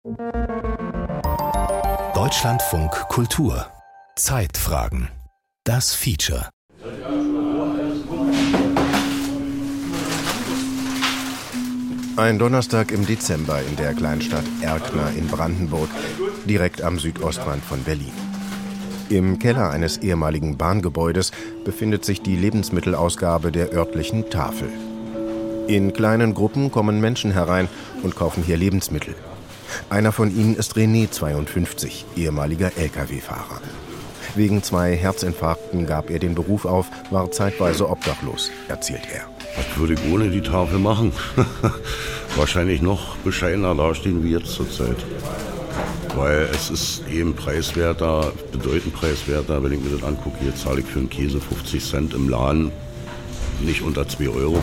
Deutschlandfunk Kultur. Zeitfragen. Das Feature. Ein Donnerstag im Dezember in der Kleinstadt Erkner in Brandenburg, direkt am Südostrand von Berlin. Im Keller eines ehemaligen Bahngebäudes befindet sich die Lebensmittelausgabe der örtlichen Tafel. In kleinen Gruppen kommen Menschen herein und kaufen hier Lebensmittel. Einer von ihnen ist René, 52, ehemaliger Lkw-Fahrer. Wegen 2 Herzinfarkten gab er den Beruf auf, war zeitweise obdachlos, erzählt er. Was würde ich ohne die Tafel machen? Wahrscheinlich noch bescheidener dastehen wie jetzt zur Zeit. Weil es ist eben preiswerter, bedeutend preiswerter, wenn ich mir das angucke. Hier zahle ich für einen Käse 50 Cent im Laden, nicht unter 2 Euro.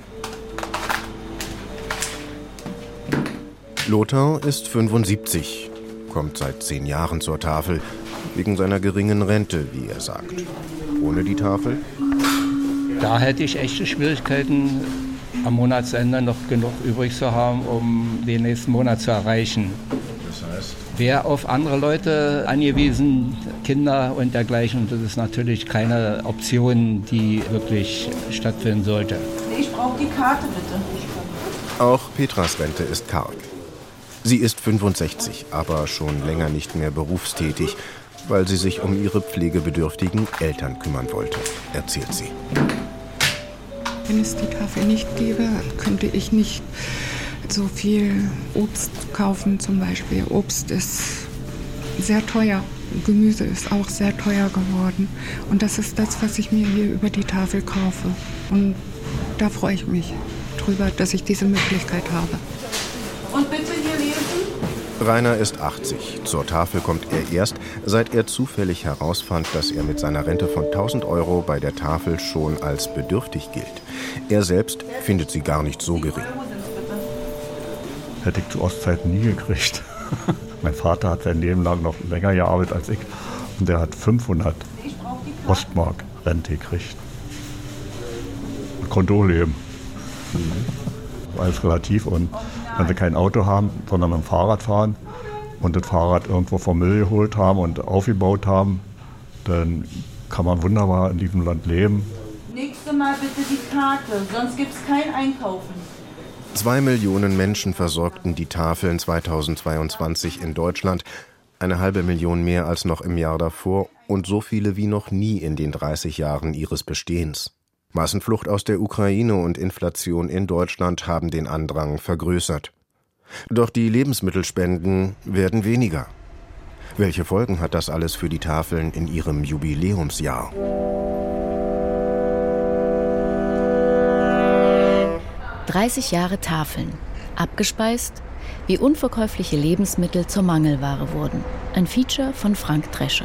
Lothar ist 75, kommt seit 10 Jahren zur Tafel, wegen seiner geringen Rente, wie er sagt. Ohne die Tafel? Da hätte ich echte Schwierigkeiten, am Monatsende noch genug übrig zu haben, um den nächsten Monat zu erreichen. Das heißt? Wäre auf andere Leute angewiesen, Kinder und dergleichen. Das ist natürlich keine Option, die wirklich stattfinden sollte. Ich brauche die Karte, bitte. Auch Petras Rente ist karg. Sie ist 65, aber schon länger nicht mehr berufstätig, weil sie sich um ihre pflegebedürftigen Eltern kümmern wollte, erzählt sie. Wenn es die Tafel nicht gäbe, könnte ich nicht so viel Obst kaufen zum Beispiel. Obst ist sehr teuer, Gemüse ist auch sehr teuer geworden. Und das ist das, was ich mir hier über die Tafel kaufe. Und da freue ich mich drüber, dass ich diese Möglichkeit habe. Und bitte hier lesen? Rainer ist 80. Zur Tafel kommt er erst, seit er zufällig herausfand, dass er mit seiner Rente von 1.000 Euro bei der Tafel schon als bedürftig gilt. Er selbst findet sie gar nicht so gering. Hätte ich zu Ostzeiten nie gekriegt. Mein Vater hat sein Leben lang noch länger gearbeitet als ich und der hat 500 Ostmark Rente gekriegt. Und konnte auch leben. Alles relativ, und wenn wir kein Auto haben, sondern mit dem Fahrrad fahren und das Fahrrad irgendwo vom Müll geholt haben und aufgebaut haben, dann kann man wunderbar in diesem Land leben. Nächstes Mal bitte die Karte, sonst gibt's kein Einkaufen. 2 Millionen Menschen versorgten die Tafeln 2022 in Deutschland, 500.000 mehr als noch im Jahr davor und so viele wie noch nie in den 30 Jahren ihres Bestehens. Massenflucht aus der Ukraine und Inflation in Deutschland haben den Andrang vergrößert. Doch die Lebensmittelspenden werden weniger. Welche Folgen hat das alles für die Tafeln in ihrem Jubiläumsjahr? »30 Jahre Tafeln. Abgespeist, wie unverkäufliche Lebensmittel zur Mangelware wurden.« Ein Feature von Frank Drescher.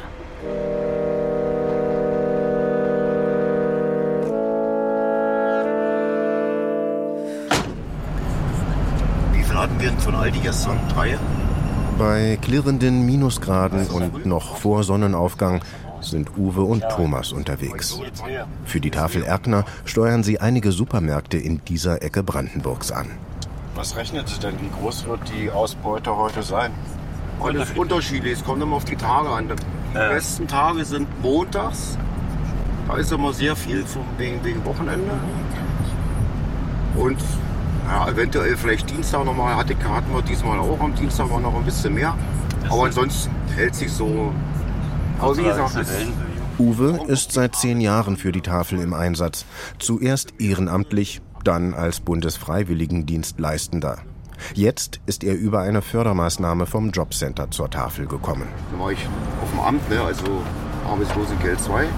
Hatten wir von Aldi gestern 3. Bei klirrenden Minusgraden und noch vor Sonnenaufgang sind Uwe und Thomas unterwegs. Für die Tafel Erkner steuern sie einige Supermärkte in dieser Ecke Brandenburgs an. Was rechnet sich denn? Wie groß wird die Ausbeute heute sein? Das ist unterschiedlich, es kommt immer auf die Tage an. Die besten Tage sind montags. Da ist immer sehr viel wegen Wochenende. Und ja, eventuell vielleicht Dienstag nochmal, hatten wir diesmal auch, am Dienstag war noch ein bisschen mehr. Aber ansonsten hält sich so. Aber wie gesagt, Uwe ist seit 10 Jahren für die Tafel im Einsatz. Zuerst ehrenamtlich, dann als Bundesfreiwilligendienstleistender. Jetzt ist er über eine Fördermaßnahme vom Jobcenter zur Tafel gekommen. Da war ich auf dem Amt, also Arbeitslosengeld 2.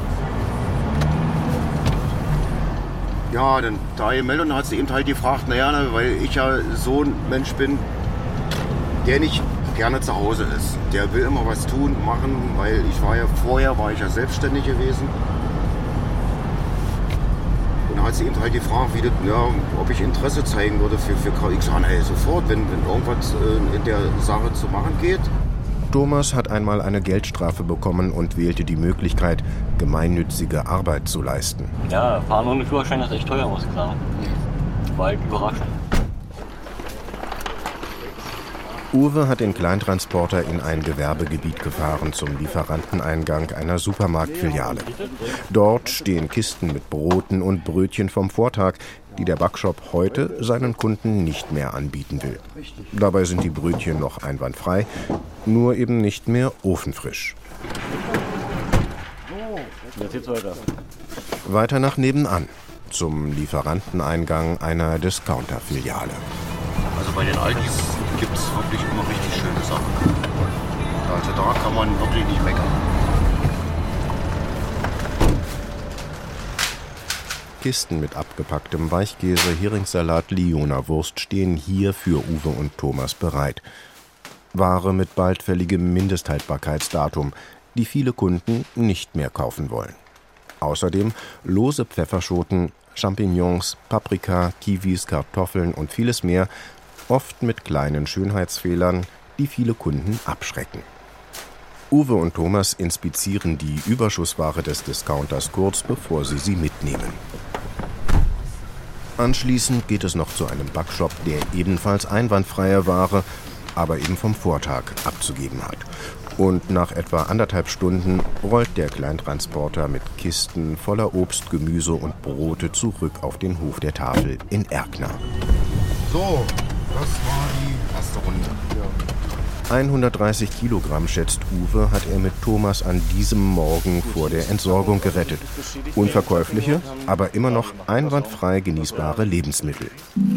Ja, dann da gemeldet und hat sie eben halt gefragt, weil ich ja so ein Mensch bin, der nicht gerne zu Hause ist. Der will immer was tun, machen, weil vorher war ich ja selbstständig gewesen. Und dann hat sie eben halt gefragt, ob ich Interesse zeigen würde für ich sage, sofort, wenn irgendwas in der Sache zu machen geht. Thomas hat einmal eine Geldstrafe bekommen und wählte die Möglichkeit, gemeinnützige Arbeit zu leisten. Ja, fahren ohne Führerschein ist echt teuer, muss ich sagen. War halt überraschend. Uwe hat den Kleintransporter in ein Gewerbegebiet gefahren zum Lieferanteneingang einer Supermarktfiliale. Dort stehen Kisten mit Broten und Brötchen vom Vortag, die der Backshop heute seinen Kunden nicht mehr anbieten will. Dabei sind die Brötchen noch einwandfrei, nur eben nicht mehr ofenfrisch. Weiter nach nebenan, zum Lieferanteneingang einer Discounter-Filiale. Also bei den Altis gibt es wirklich immer richtig schöne Sachen. Also da kann man wirklich nicht meckern. Kisten mit abgepacktem Weichkäse, Heringssalat, Lyoner Wurst stehen hier für Uwe und Thomas bereit. Ware mit bald fälligem Mindesthaltbarkeitsdatum, die viele Kunden nicht mehr kaufen wollen. Außerdem lose Pfefferschoten, Champignons, Paprika, Kiwis, Kartoffeln und vieles mehr, oft mit kleinen Schönheitsfehlern, die viele Kunden abschrecken. Uwe und Thomas inspizieren die Überschussware des Discounters kurz, bevor sie mitnehmen. Anschließend geht es noch zu einem Backshop, der ebenfalls einwandfreie Ware, aber eben vom Vortag abzugeben hat. Und nach etwa 1,5 Stunden rollt der Kleintransporter mit Kisten voller Obst, Gemüse und Brote zurück auf den Hof der Tafel in Erkner. So, das war die erste Runde. 130 Kilogramm, schätzt Uwe, hat er mit Thomas an diesem Morgen vor der Entsorgung gerettet. Unverkäufliche, aber immer noch einwandfrei genießbare Lebensmittel.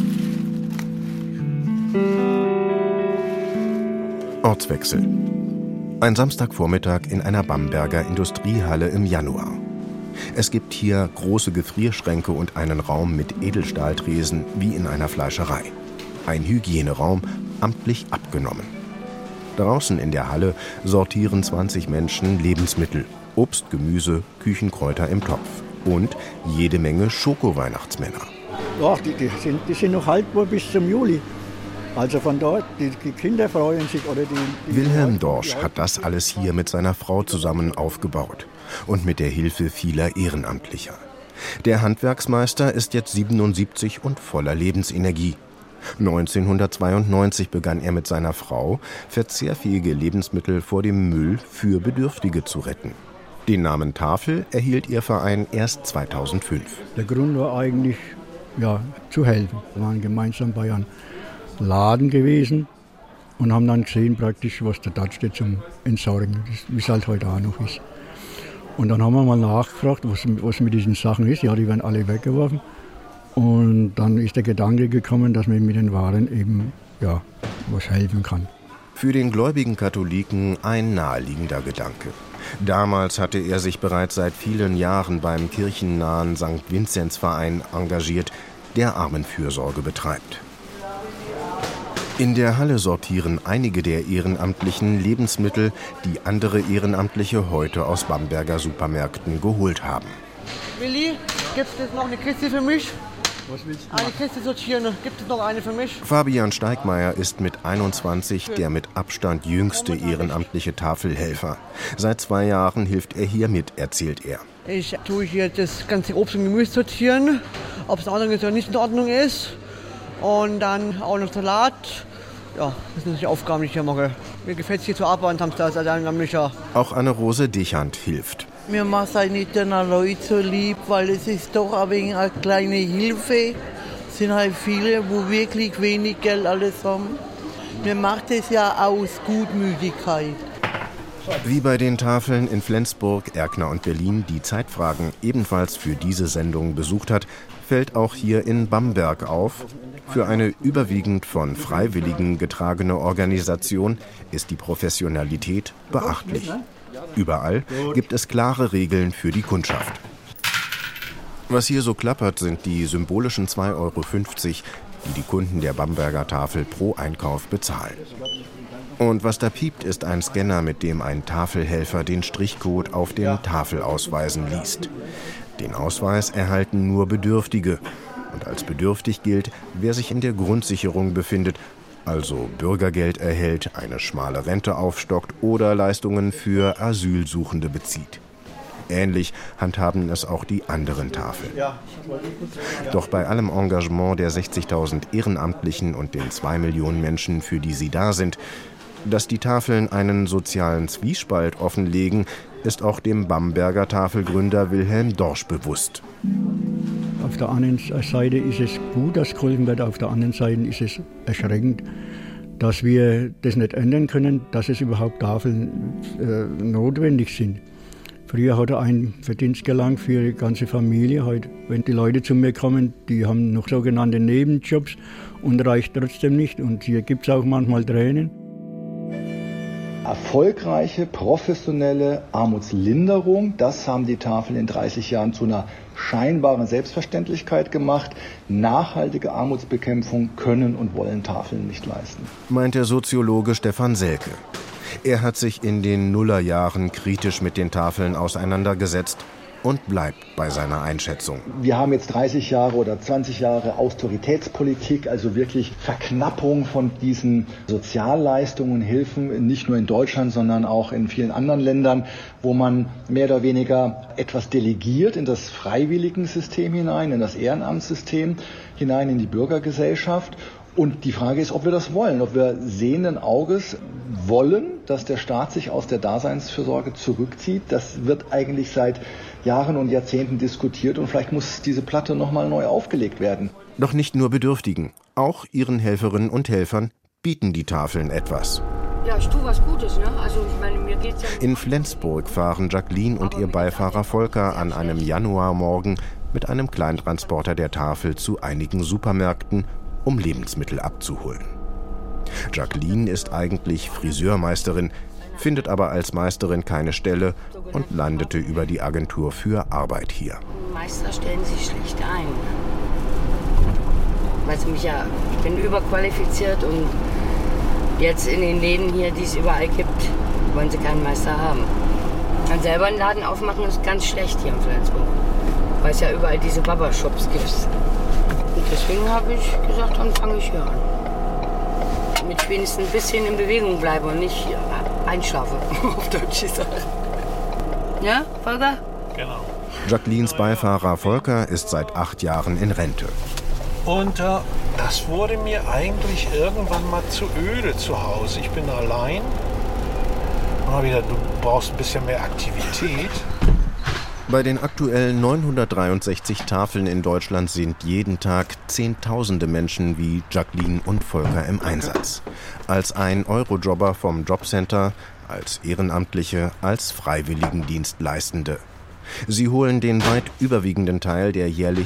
Ortswechsel. Ein Samstagvormittag in einer Bamberger Industriehalle im Januar. Es gibt hier große Gefrierschränke und einen Raum mit Edelstahltresen wie in einer Fleischerei. Ein Hygieneraum, amtlich abgenommen. Draußen in der Halle sortieren 20 Menschen Lebensmittel, Obst, Gemüse, Küchenkräuter im Topf und jede Menge Schoko-Weihnachtsmänner. Ja, die sind noch haltbar bis zum Juli. Also von dort, die Kinder freuen sich. Oder die Wilhelm Dorsch hat das alles hier mit seiner Frau zusammen aufgebaut und mit der Hilfe vieler Ehrenamtlicher. Der Handwerksmeister ist jetzt 77 und voller Lebensenergie. 1992 begann er mit seiner Frau, verzehrfähige Lebensmittel vor dem Müll für Bedürftige zu retten. Den Namen Tafel erhielt ihr Verein erst 2005. Der Grund war eigentlich, zu helfen. Wir waren gemeinsam bei einem Laden gewesen und haben dann gesehen, praktisch, was da steht zum Entsorgen, wie es halt heute auch noch ist. Und dann haben wir mal nachgefragt, was mit diesen Sachen ist. Ja, die werden alle weggeworfen. Und dann ist der Gedanke gekommen, dass man mit den Waren eben was helfen kann. Für den gläubigen Katholiken ein naheliegender Gedanke. Damals hatte er sich bereits seit vielen Jahren beim kirchennahen St. Vinzenzverein engagiert, der Armenfürsorge betreibt. In der Halle sortieren einige der Ehrenamtlichen Lebensmittel, die andere Ehrenamtliche heute aus Bamberger Supermärkten geholt haben. Willi, gibt es noch eine Kiste für mich? Was willst du? Eine Kiste sortieren, gibt es noch eine für mich? Fabian Steigmeier ist mit 21 der mit Abstand jüngste ehrenamtliche Tafelhelfer. Seit 2 Jahren hilft er hier mit, erzählt er. Ich tue hier das ganze Obst und Gemüse sortieren, ob es in Ordnung ist oder nicht in Ordnung ist. Und dann auch noch Salat. Ja, das sind die Aufgaben, die ich hier mache. Mir gefällt es hier zu arbeiten, haben das also Auch Anne-Rose Dichand hilft. Mir macht es eigentlich den Leuten so lieb, weil es ist doch ein wenig eine kleine Hilfe. Es sind halt viele, wo wirklich wenig Geld alles haben. Mir macht es ja aus Gutmütigkeit. Wie bei den Tafeln in Flensburg, Erkner und Berlin, die Zeitfragen ebenfalls für diese Sendung besucht hat, fällt auch hier in Bamberg auf: Für eine überwiegend von Freiwilligen getragene Organisation ist die Professionalität beachtlich. Überall gibt es klare Regeln für die Kundschaft. Was hier so klappert, sind die symbolischen 2,50 €, die die Kunden der Bamberger Tafel pro Einkauf bezahlen. Und was da piept, ist ein Scanner, mit dem ein Tafelhelfer den Strichcode auf den Tafelausweisen liest. Den Ausweis erhalten nur Bedürftige. Und als bedürftig gilt, wer sich in der Grundsicherung befindet, also Bürgergeld erhält, eine schmale Rente aufstockt oder Leistungen für Asylsuchende bezieht. Ähnlich handhaben es auch die anderen Tafeln. Doch bei allem Engagement der 60.000 Ehrenamtlichen und den 2 Millionen Menschen, für die sie da sind, dass die Tafeln einen sozialen Zwiespalt offenlegen, ist auch dem Bamberger Tafelgründer Wilhelm Dorsch bewusst. Auf der einen Seite ist es gut, dass geholfen wird, auf der anderen Seite ist es erschreckend, dass wir das nicht ändern können, dass es überhaupt Tafeln notwendig sind. Früher hat ein Verdienst gelangt für die ganze Familie. Heute, wenn die Leute zu mir kommen, die haben noch sogenannte Nebenjobs und reicht trotzdem nicht. Und hier gibt es auch manchmal Tränen. Erfolgreiche, professionelle Armutslinderung, das haben die Tafeln in 30 Jahren zu einer scheinbaren Selbstverständlichkeit gemacht. Nachhaltige Armutsbekämpfung können und wollen Tafeln nicht leisten. Meint der Soziologe Stefan Selke. Er hat sich in den Nullerjahren kritisch mit den Tafeln auseinandergesetzt und bleibt bei seiner Einschätzung. Wir haben jetzt 30 Jahre oder 20 Jahre Austeritätspolitik, also wirklich Verknappung von diesen Sozialleistungen und Hilfen, nicht nur in Deutschland, sondern auch in vielen anderen Ländern, wo man mehr oder weniger etwas delegiert in das Freiwilligensystem hinein, in das Ehrenamtssystem hinein, in die Bürgergesellschaft. Und die Frage ist, ob wir das wollen, ob wir sehenden Auges wollen, dass der Staat sich aus der Daseinsfürsorge zurückzieht. Das wird eigentlich seit Jahren und Jahrzehnten diskutiert und vielleicht muss diese Platte nochmal neu aufgelegt werden. Doch nicht nur Bedürftigen, auch ihren Helferinnen und Helfern bieten die Tafeln etwas. Ja, ich tue was Gutes, ne? Also ich meine, mir geht's ja... In Flensburg fahren Jacqueline und ihr Beifahrer Volker an einem Januarmorgen mit einem Kleintransporter der Tafel zu einigen Supermärkten, um Lebensmittel abzuholen. Jacqueline ist eigentlich Friseurmeisterin, findet aber als Meisterin keine Stelle und landete über die Agentur für Arbeit hier. Meister stellen sich schlecht ein. Weil sie mich ja, ich bin überqualifiziert und jetzt in den Läden hier, die es überall gibt, wollen sie keinen Meister haben. Dann selber einen Laden aufmachen ist ganz schlecht hier in Flensburg, weil es ja überall diese Baba-Shops gibt. Und deswegen habe ich gesagt, dann fange ich hier an. Damit ich wenigstens ein bisschen in Bewegung bleibe und nicht einschlafe, auf Deutsch gesagt. Ja, Volker? Genau. Jacquelines Beifahrer Volker ist seit 8 Jahren in Rente. Und das wurde mir eigentlich irgendwann mal zu öde zu Hause. Ich bin allein. Mal wieder, du brauchst ein bisschen mehr Aktivität. Bei den aktuell 963 Tafeln in Deutschland sind jeden Tag Zehntausende Menschen wie Jacqueline und Volker im Einsatz. Als 1-Euro-Jobber vom Jobcenter, als Ehrenamtliche, als Freiwilligendienstleistende. Sie holen den weit überwiegenden Teil der jährlich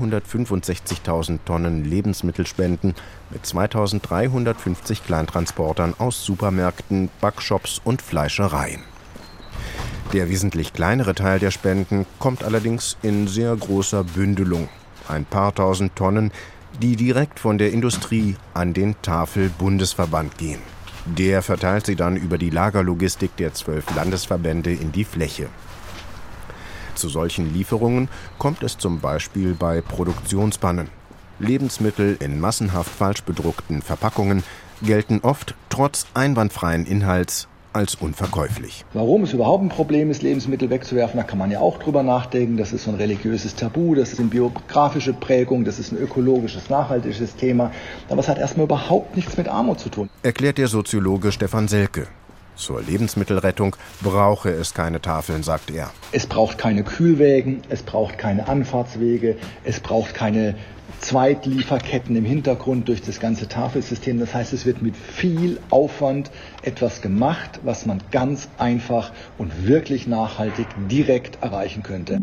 265.000 Tonnen Lebensmittelspenden mit 2.350 Kleintransportern aus Supermärkten, Backshops und Fleischereien. Der wesentlich kleinere Teil der Spenden kommt allerdings in sehr großer Bündelung. Ein paar tausend Tonnen, die direkt von der Industrie an den Tafelbundesverband gehen. Der verteilt sie dann über die Lagerlogistik der 12 Landesverbände in die Fläche. Zu solchen Lieferungen kommt es zum Beispiel bei Produktionspannen. Lebensmittel in massenhaft falsch bedruckten Verpackungen gelten oft trotz einwandfreien Inhalts als unverkäuflich. Warum es überhaupt ein Problem ist, Lebensmittel wegzuwerfen, da kann man ja auch drüber nachdenken. Das ist so ein religiöses Tabu, das ist eine biografische Prägung, das ist ein ökologisches, nachhaltiges Thema. Aber es hat erstmal überhaupt nichts mit Armut zu tun. Erklärt der Soziologe Stefan Selke. Zur Lebensmittelrettung brauche es keine Tafeln, sagt er. Es braucht keine Kühlwägen, es braucht keine Anfahrtswege, es braucht keine Zweitlieferketten im Hintergrund durch das ganze Tafelsystem. Das heißt, es wird mit viel Aufwand etwas gemacht, was man ganz einfach und wirklich nachhaltig direkt erreichen könnte.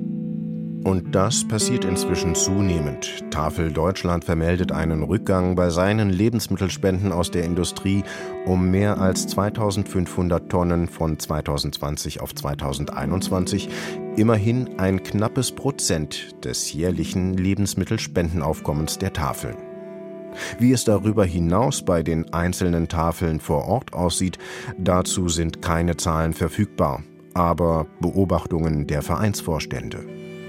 Und das passiert inzwischen zunehmend. Tafel Deutschland vermeldet einen Rückgang bei seinen Lebensmittelspenden aus der Industrie um mehr als 2.500 Tonnen von 2020 auf 2021. Immerhin ein knappes Prozent des jährlichen Lebensmittelspendenaufkommens der Tafeln. Wie es darüber hinaus bei den einzelnen Tafeln vor Ort aussieht, dazu sind keine Zahlen verfügbar, aber Beobachtungen der Vereinsvorstände.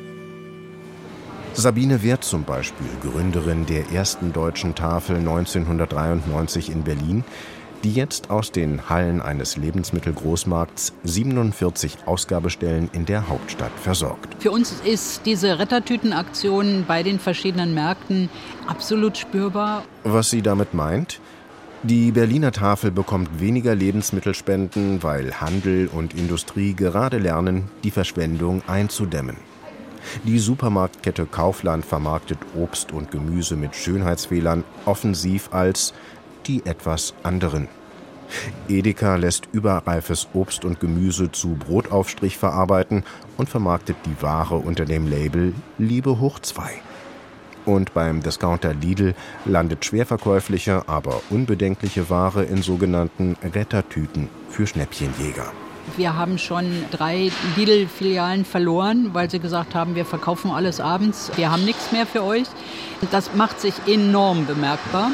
Sabine Werth zum Beispiel, Gründerin der ersten deutschen Tafel 1993 in Berlin, die jetzt aus den Hallen eines Lebensmittelgroßmarkts 47 Ausgabestellen in der Hauptstadt versorgt. Für uns ist diese Rettertütenaktion bei den verschiedenen Märkten absolut spürbar. Was sie damit meint? Die Berliner Tafel bekommt weniger Lebensmittelspenden, weil Handel und Industrie gerade lernen, die Verschwendung einzudämmen. Die Supermarktkette Kaufland vermarktet Obst und Gemüse mit Schönheitsfehlern offensiv als die etwas anderen. Edeka lässt überreifes Obst und Gemüse zu Brotaufstrich verarbeiten und vermarktet die Ware unter dem Label Liebe hoch 2. Und beim Discounter Lidl landet schwerverkäufliche, aber unbedenkliche Ware in sogenannten Rettertüten für Schnäppchenjäger. Wir haben schon 3 Lidl-Filialen verloren, weil sie gesagt haben, wir verkaufen alles abends, wir haben nichts mehr für euch. Das macht sich enorm bemerkbar.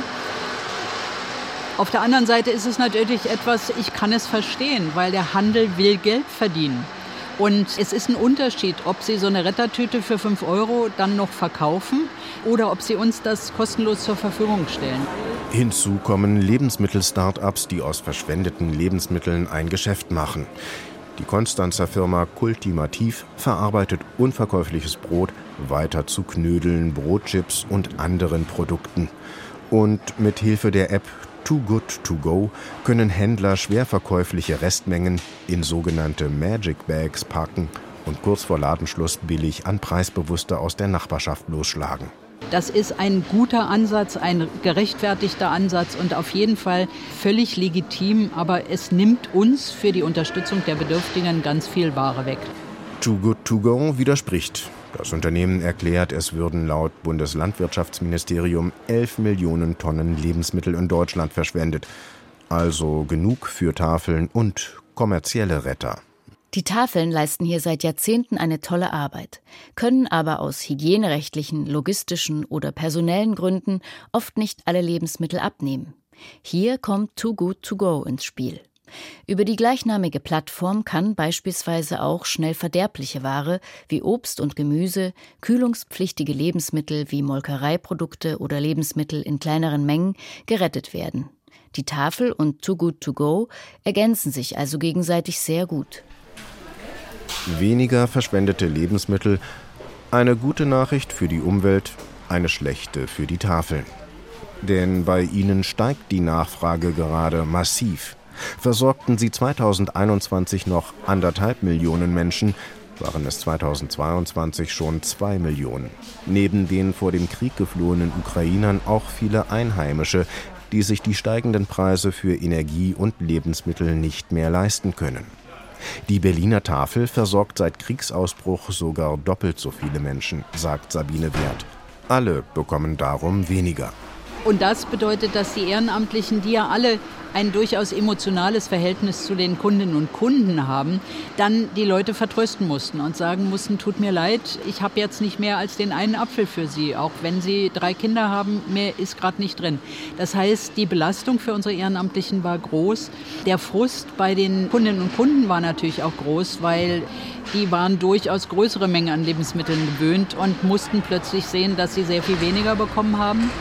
Auf der anderen Seite ist es natürlich etwas, ich kann es verstehen, weil der Handel will Geld verdienen. Und es ist ein Unterschied, ob Sie so eine Rettertüte für 5 € dann noch verkaufen oder ob Sie uns das kostenlos zur Verfügung stellen. Hinzu kommen Lebensmittel-Start-ups, die aus verschwendeten Lebensmitteln ein Geschäft machen. Die Konstanzer Firma Kultimativ verarbeitet unverkäufliches Brot weiter zu Knödeln, Brotchips und anderen Produkten. Und mit Hilfe der App Too Good To Go können Händler schwerverkäufliche Restmengen in sogenannte Magic Bags packen und kurz vor Ladenschluss billig an Preisbewusste aus der Nachbarschaft losschlagen. Das ist ein guter Ansatz, ein gerechtfertigter Ansatz und auf jeden Fall völlig legitim, aber es nimmt uns für die Unterstützung der Bedürftigen ganz viel Ware weg. Too Good To Go widerspricht. Das Unternehmen erklärt, es würden laut Bundeslandwirtschaftsministerium 11 Millionen Tonnen Lebensmittel in Deutschland verschwendet. Also genug für Tafeln und kommerzielle Retter. Die Tafeln leisten hier seit Jahrzehnten eine tolle Arbeit, können aber aus hygienerechtlichen, logistischen oder personellen Gründen oft nicht alle Lebensmittel abnehmen. Hier kommt Too Good To Go ins Spiel. Über die gleichnamige Plattform kann beispielsweise auch schnell verderbliche Ware wie Obst und Gemüse, kühlungspflichtige Lebensmittel wie Molkereiprodukte oder Lebensmittel in kleineren Mengen gerettet werden. Die Tafel und Too Good To Go ergänzen sich also gegenseitig sehr gut. Weniger verschwendete Lebensmittel, eine gute Nachricht für die Umwelt, eine schlechte für die Tafeln. Denn bei ihnen steigt die Nachfrage gerade massiv. Versorgten sie 2021 noch 1,5 Millionen Menschen, waren es 2022 schon 2 Millionen. Neben den vor dem Krieg geflohenen Ukrainern auch viele Einheimische, die sich die steigenden Preise für Energie und Lebensmittel nicht mehr leisten können. Die Berliner Tafel versorgt seit Kriegsausbruch sogar doppelt so viele Menschen, sagt Sabine Wert. Alle bekommen darum weniger. Und das bedeutet, dass die Ehrenamtlichen, die ja alle ein durchaus emotionales Verhältnis zu den Kundinnen und Kunden haben, dann die Leute vertrösten mussten und sagen mussten, tut mir leid, ich habe jetzt nicht mehr als den einen Apfel für Sie. Auch wenn Sie 3 Kinder haben, mehr ist gerade nicht drin. Das heißt, die Belastung für unsere Ehrenamtlichen war groß. Der Frust bei den Kundinnen und Kunden war natürlich auch groß, weil die waren durchaus größere Mengen an Lebensmitteln gewöhnt und mussten plötzlich sehen, dass sie sehr viel weniger bekommen haben.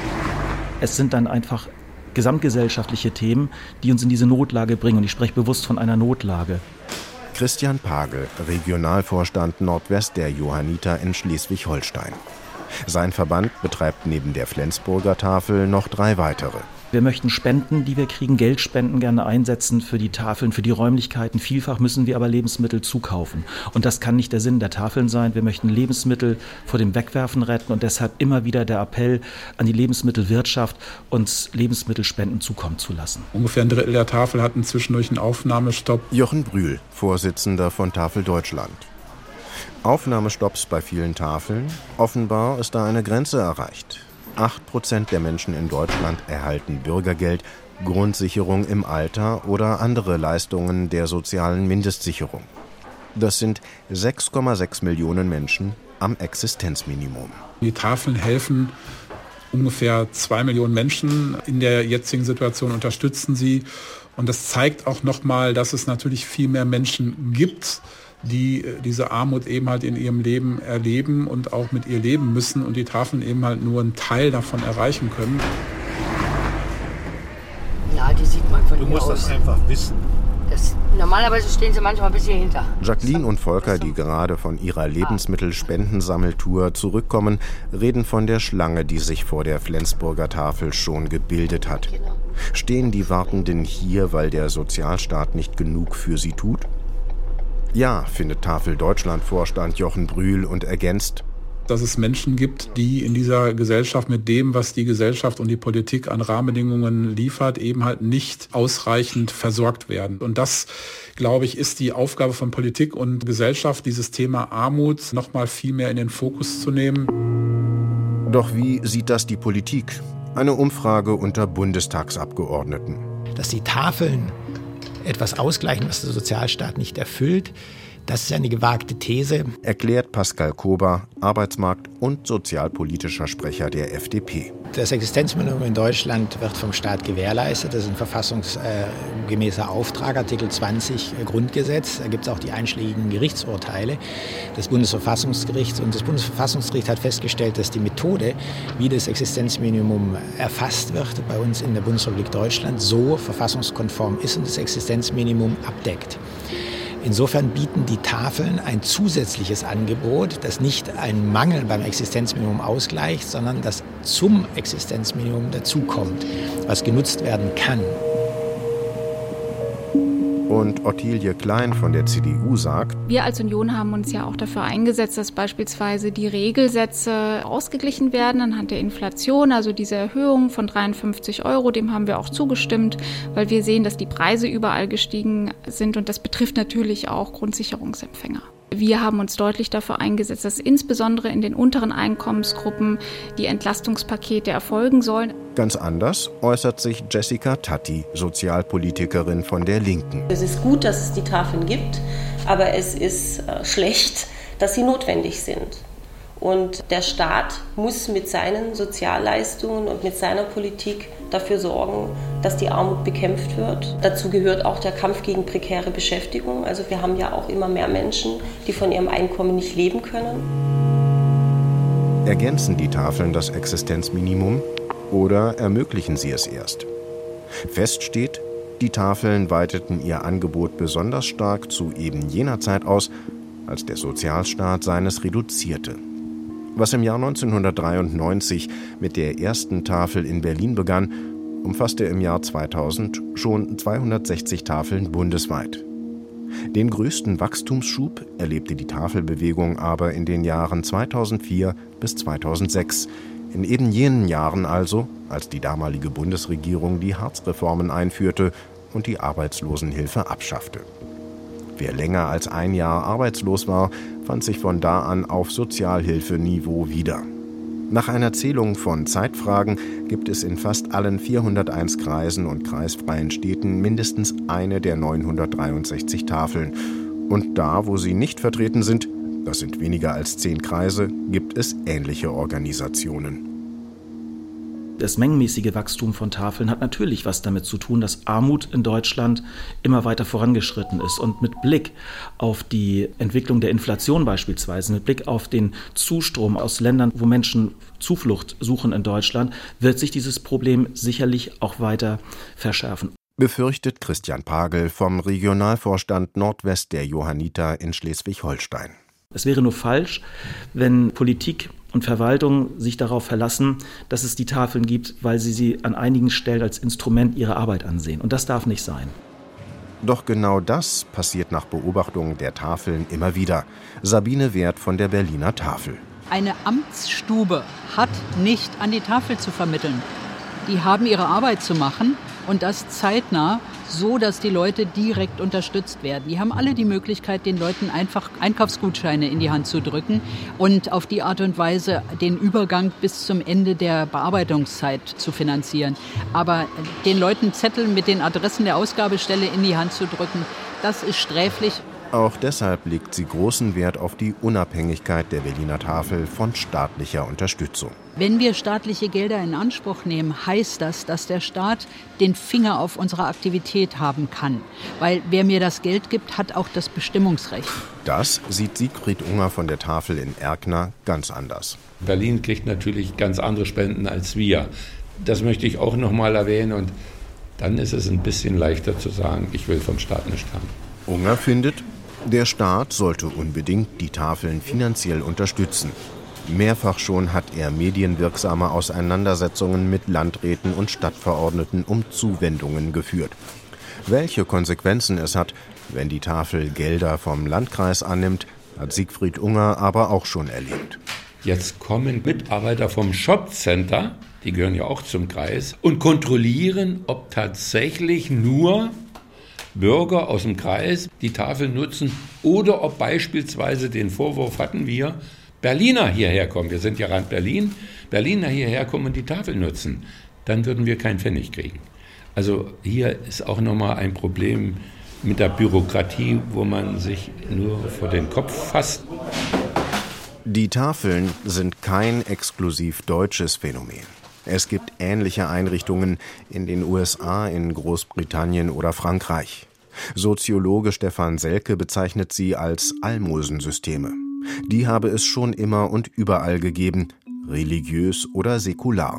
Es sind dann einfach gesamtgesellschaftliche Themen, die uns in diese Notlage bringen. Und ich spreche bewusst von einer Notlage. Christian Pagel, Regionalvorstand Nordwest der Johanniter in Schleswig-Holstein. Sein Verband betreibt neben der Flensburger Tafel noch 3 weitere. Wir möchten Spenden, die wir kriegen, Geldspenden gerne einsetzen für die Tafeln, für die Räumlichkeiten. Vielfach müssen wir aber Lebensmittel zukaufen. Und das kann nicht der Sinn der Tafeln sein. Wir möchten Lebensmittel vor dem Wegwerfen retten und deshalb immer wieder der Appell an die Lebensmittelwirtschaft, uns Lebensmittelspenden zukommen zu lassen. Ungefähr 1/3 der Tafel hatten zwischendurch einen Aufnahmestopp. Jochen Brühl, Vorsitzender von Tafel Deutschland. Aufnahmestopps bei vielen Tafeln? Offenbar ist da eine Grenze erreicht. 8% der Menschen in Deutschland erhalten Bürgergeld, Grundsicherung im Alter oder andere Leistungen der sozialen Mindestsicherung. Das sind 6,6 Millionen Menschen am Existenzminimum. Die Tafeln helfen ungefähr 2 Millionen Menschen. In der jetzigen Situation unterstützen sie. Und das zeigt auch nochmal, dass es natürlich viel mehr Menschen gibt, die diese Armut eben halt in ihrem Leben erleben und auch mit ihr leben müssen und die Tafeln eben halt nur einen Teil davon erreichen können. Ja, die sieht man Du musst das einfach wissen. Normalerweise stehen sie manchmal ein bisschen hinter. Jacqueline und Volker, die gerade von ihrer Lebensmittelspendensammeltour zurückkommen, reden von der Schlange, die sich vor der Flensburger Tafel schon gebildet hat. Stehen die Wartenden hier, weil der Sozialstaat nicht genug für sie tut? Ja, findet Tafel Deutschland-Vorstand Jochen Brühl und ergänzt: Dass es Menschen gibt, die in dieser Gesellschaft mit dem, was die Gesellschaft und die Politik an Rahmenbedingungen liefert, eben halt nicht ausreichend versorgt werden. Und das, glaube ich, ist die Aufgabe von Politik und Gesellschaft, dieses Thema Armut noch mal viel mehr in den Fokus zu nehmen. Doch wie sieht das die Politik? Eine Umfrage unter Bundestagsabgeordneten. Dass die Tafeln etwas ausgleichen, was der Sozialstaat nicht erfüllt, das ist eine gewagte These, erklärt Pascal Kober, Arbeitsmarkt- und sozialpolitischer Sprecher der FDP. Das Existenzminimum in Deutschland wird vom Staat gewährleistet. Das ist ein verfassungsgemäßer Auftrag, Artikel 20 Grundgesetz. Da gibt es auch die einschlägigen Gerichtsurteile des Bundesverfassungsgerichts. Und das Bundesverfassungsgericht hat festgestellt, dass die Methode, wie das Existenzminimum erfasst wird, bei uns in der Bundesrepublik Deutschland so verfassungskonform ist und das Existenzminimum abdeckt. Insofern bieten die Tafeln ein zusätzliches Angebot, das nicht einen Mangel beim Existenzminimum ausgleicht, sondern das zum Existenzminimum dazukommt, was genutzt werden kann. Und Ottilie Klein von der CDU sagt: Wir als Union haben uns ja auch dafür eingesetzt, dass beispielsweise die Regelsätze ausgeglichen werden anhand der Inflation. Also diese Erhöhung von 53 €, dem haben wir auch zugestimmt, weil wir sehen, dass die Preise überall gestiegen sind und das betrifft natürlich auch Grundsicherungsempfänger. Wir haben uns deutlich dafür eingesetzt, dass insbesondere in den unteren Einkommensgruppen die Entlastungspakete erfolgen sollen. Ganz anders äußert sich Jessica Tatti, Sozialpolitikerin von der Linken. Es ist gut, dass es die Tafeln gibt, aber es ist schlecht, dass sie notwendig sind. Und der Staat muss mit seinen Sozialleistungen und mit seiner Politik dafür sorgen, dass die Armut bekämpft wird. Dazu gehört auch der Kampf gegen prekäre Beschäftigung. Also wir haben ja auch immer mehr Menschen, die von ihrem Einkommen nicht leben können. Ergänzen die Tafeln das Existenzminimum oder ermöglichen sie es erst? Fest steht, die Tafeln weiteten ihr Angebot besonders stark zu eben jener Zeit aus, als der Sozialstaat seines reduzierte. Was im Jahr 1993 mit der ersten Tafel in Berlin begann, umfasste im Jahr 2000 schon 260 Tafeln bundesweit. Den größten Wachstumsschub erlebte die Tafelbewegung aber in den Jahren 2004 bis 2006. In eben jenen Jahren also, als die damalige Bundesregierung die Hartz-Reformen einführte und die Arbeitslosenhilfe abschaffte. Wer länger als ein Jahr arbeitslos war, fand sich von da an auf Sozialhilfeniveau wieder. Nach einer Zählung von Zeitfragen gibt es in fast allen 401 Kreisen und kreisfreien Städten mindestens eine der 963 Tafeln. Und da, wo sie nicht vertreten sind, das sind weniger als 10 Kreise, gibt es ähnliche Organisationen. Das mengenmäßige Wachstum von Tafeln hat natürlich was damit zu tun, dass Armut in Deutschland immer weiter vorangeschritten ist. Und mit Blick auf die Entwicklung der Inflation beispielsweise, mit Blick auf den Zustrom aus Ländern, wo Menschen Zuflucht suchen in Deutschland, wird sich dieses Problem sicherlich auch weiter verschärfen. Befürchtet Christian Pagel vom Regionalvorstand Nordwest der Johanniter in Schleswig-Holstein. Es wäre nur falsch, wenn Politik und Verwaltung sich darauf verlassen, dass es die Tafeln gibt, weil sie an einigen Stellen als Instrument ihrer Arbeit ansehen. Und das darf nicht sein. Doch genau das passiert nach Beobachtung der Tafeln immer wieder. Sabine Wert von der Berliner Tafel. Eine Amtsstube hat nicht an die Tafel zu vermitteln. Die haben ihre Arbeit zu machen und das zeitnah, so dass die Leute direkt unterstützt werden. Die haben alle die Möglichkeit, den Leuten einfach Einkaufsgutscheine in die Hand zu drücken und auf die Art und Weise den Übergang bis zum Ende der Bearbeitungszeit zu finanzieren. Aber den Leuten Zettel mit den Adressen der Ausgabestelle in die Hand zu drücken, das ist sträflich. Auch deshalb legt sie großen Wert auf die Unabhängigkeit der Berliner Tafel von staatlicher Unterstützung. Wenn wir staatliche Gelder in Anspruch nehmen, heißt das, dass der Staat den Finger auf unsere Aktivität haben kann. Weil wer mir das Geld gibt, hat auch das Bestimmungsrecht. Das sieht Siegfried Unger von der Tafel in Erkner ganz anders. Berlin kriegt natürlich ganz andere Spenden als wir. Das möchte ich auch noch mal erwähnen. Und dann ist es ein bisschen leichter zu sagen, ich will vom Staat nichts haben. Unger findet, der Staat sollte unbedingt die Tafeln finanziell unterstützen. Mehrfach schon hat er medienwirksame Auseinandersetzungen mit Landräten und Stadtverordneten um Zuwendungen geführt. Welche Konsequenzen es hat, wenn die Tafel Gelder vom Landkreis annimmt, hat Siegfried Unger aber auch schon erlebt. Jetzt kommen Mitarbeiter vom Shopcenter, die gehören ja auch zum Kreis, und kontrollieren, ob tatsächlich nur Bürger aus dem Kreis die Tafel nutzen oder ob beispielsweise, den Vorwurf hatten wir, Berliner hierher kommen. Wir sind ja Rand Berlin. Berliner hierher kommen und die Tafel nutzen. Dann würden wir keinen Pfennig kriegen. Also hier ist auch nochmal ein Problem mit der Bürokratie, wo man sich nur vor den Kopf fasst. Die Tafeln sind kein exklusiv deutsches Phänomen. Es gibt ähnliche Einrichtungen in den USA, in Großbritannien oder Frankreich. Soziologe Stefan Selke bezeichnet sie als Almosensysteme. Die habe es schon immer und überall gegeben, religiös oder säkular.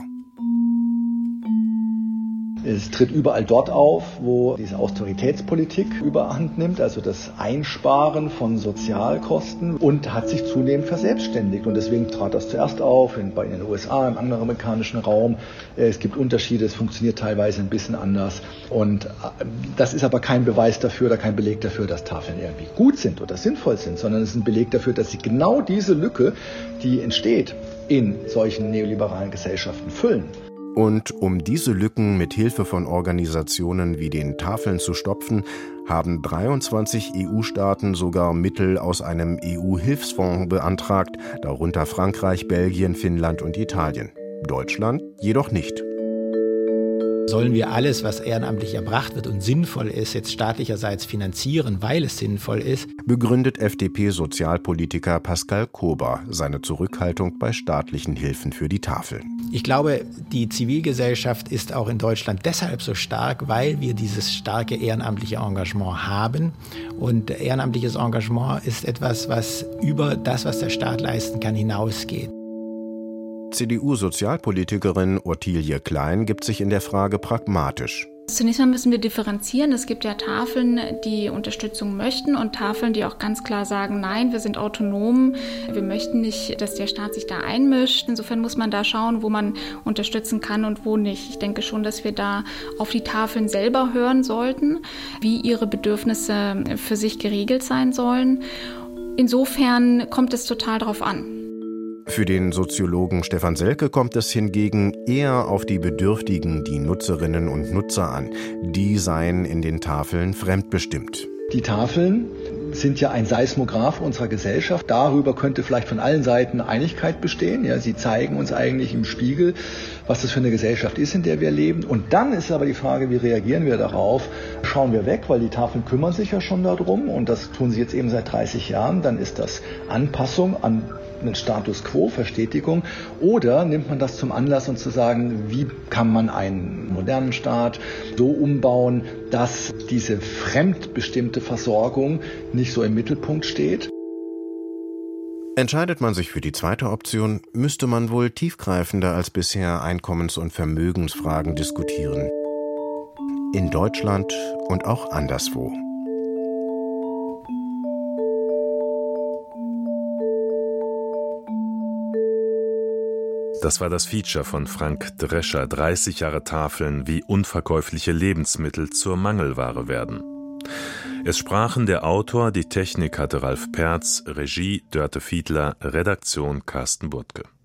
Es tritt überall dort auf, wo diese Austeritätspolitik überhand nimmt, also das Einsparen von Sozialkosten, und hat sich zunehmend verselbstständigt. Und deswegen trat das zuerst auf bei den USA, im angloamerikanischen Raum. Es gibt Unterschiede, es funktioniert teilweise ein bisschen anders. Und das ist aber kein Beweis dafür oder kein Beleg dafür, dass Tafeln irgendwie gut sind oder sinnvoll sind, sondern es ist ein Beleg dafür, dass sie genau diese Lücke, die entsteht, in solchen neoliberalen Gesellschaften füllen. Und um diese Lücken mit Hilfe von Organisationen wie den Tafeln zu stopfen, haben 23 EU-Staaten sogar Mittel aus einem EU-Hilfsfonds beantragt, darunter Frankreich, Belgien, Finnland und Italien. Deutschland jedoch nicht. Sollen wir alles, was ehrenamtlich erbracht wird und sinnvoll ist, jetzt staatlicherseits finanzieren, weil es sinnvoll ist? Begründet FDP-Sozialpolitiker Pascal Kober seine Zurückhaltung bei staatlichen Hilfen für die Tafeln. Ich glaube, die Zivilgesellschaft ist auch in Deutschland deshalb so stark, weil wir dieses starke ehrenamtliche Engagement haben. Und ehrenamtliches Engagement ist etwas, was über das, was der Staat leisten kann, hinausgeht. CDU-Sozialpolitikerin Ottilie Klein gibt sich in der Frage pragmatisch. Zunächst mal müssen wir differenzieren. Es gibt ja Tafeln, die Unterstützung möchten und Tafeln, die auch ganz klar sagen, nein, wir sind autonom, wir möchten nicht, dass der Staat sich da einmischt. Insofern muss man da schauen, wo man unterstützen kann und wo nicht. Ich denke schon, dass wir da auf die Tafeln selber hören sollten, wie ihre Bedürfnisse für sich geregelt sein sollen. Insofern kommt es total darauf an. Für den Soziologen Stefan Selke kommt es hingegen eher auf die Bedürftigen, die Nutzerinnen und Nutzer an. Die seien in den Tafeln fremdbestimmt. Die Tafeln sind ja ein Seismograph unserer Gesellschaft. Darüber könnte vielleicht von allen Seiten Einigkeit bestehen. Ja, sie zeigen uns eigentlich im Spiegel, was das für eine Gesellschaft ist, in der wir leben. Und dann ist aber die Frage, wie reagieren wir darauf? Schauen wir weg, weil die Tafeln kümmern sich ja schon darum. Und das tun sie jetzt eben seit 30 Jahren. Dann ist das Anpassung an einen Status quo, Verstetigung, oder nimmt man das zum Anlass, um zu sagen, wie kann man einen modernen Staat so umbauen, dass diese fremdbestimmte Versorgung nicht so im Mittelpunkt steht? Entscheidet man sich für die zweite Option, müsste man wohl tiefgreifender als bisher Einkommens- und Vermögensfragen diskutieren. In Deutschland und auch anderswo. Das war das Feature von Frank Drescher, 30 Jahre Tafeln, wie unverkäufliche Lebensmittel zur Mangelware werden. Es sprachen der Autor, die Technik hatte Ralf Perz, Regie Dörte Fiedler, Redaktion Carsten Burtke.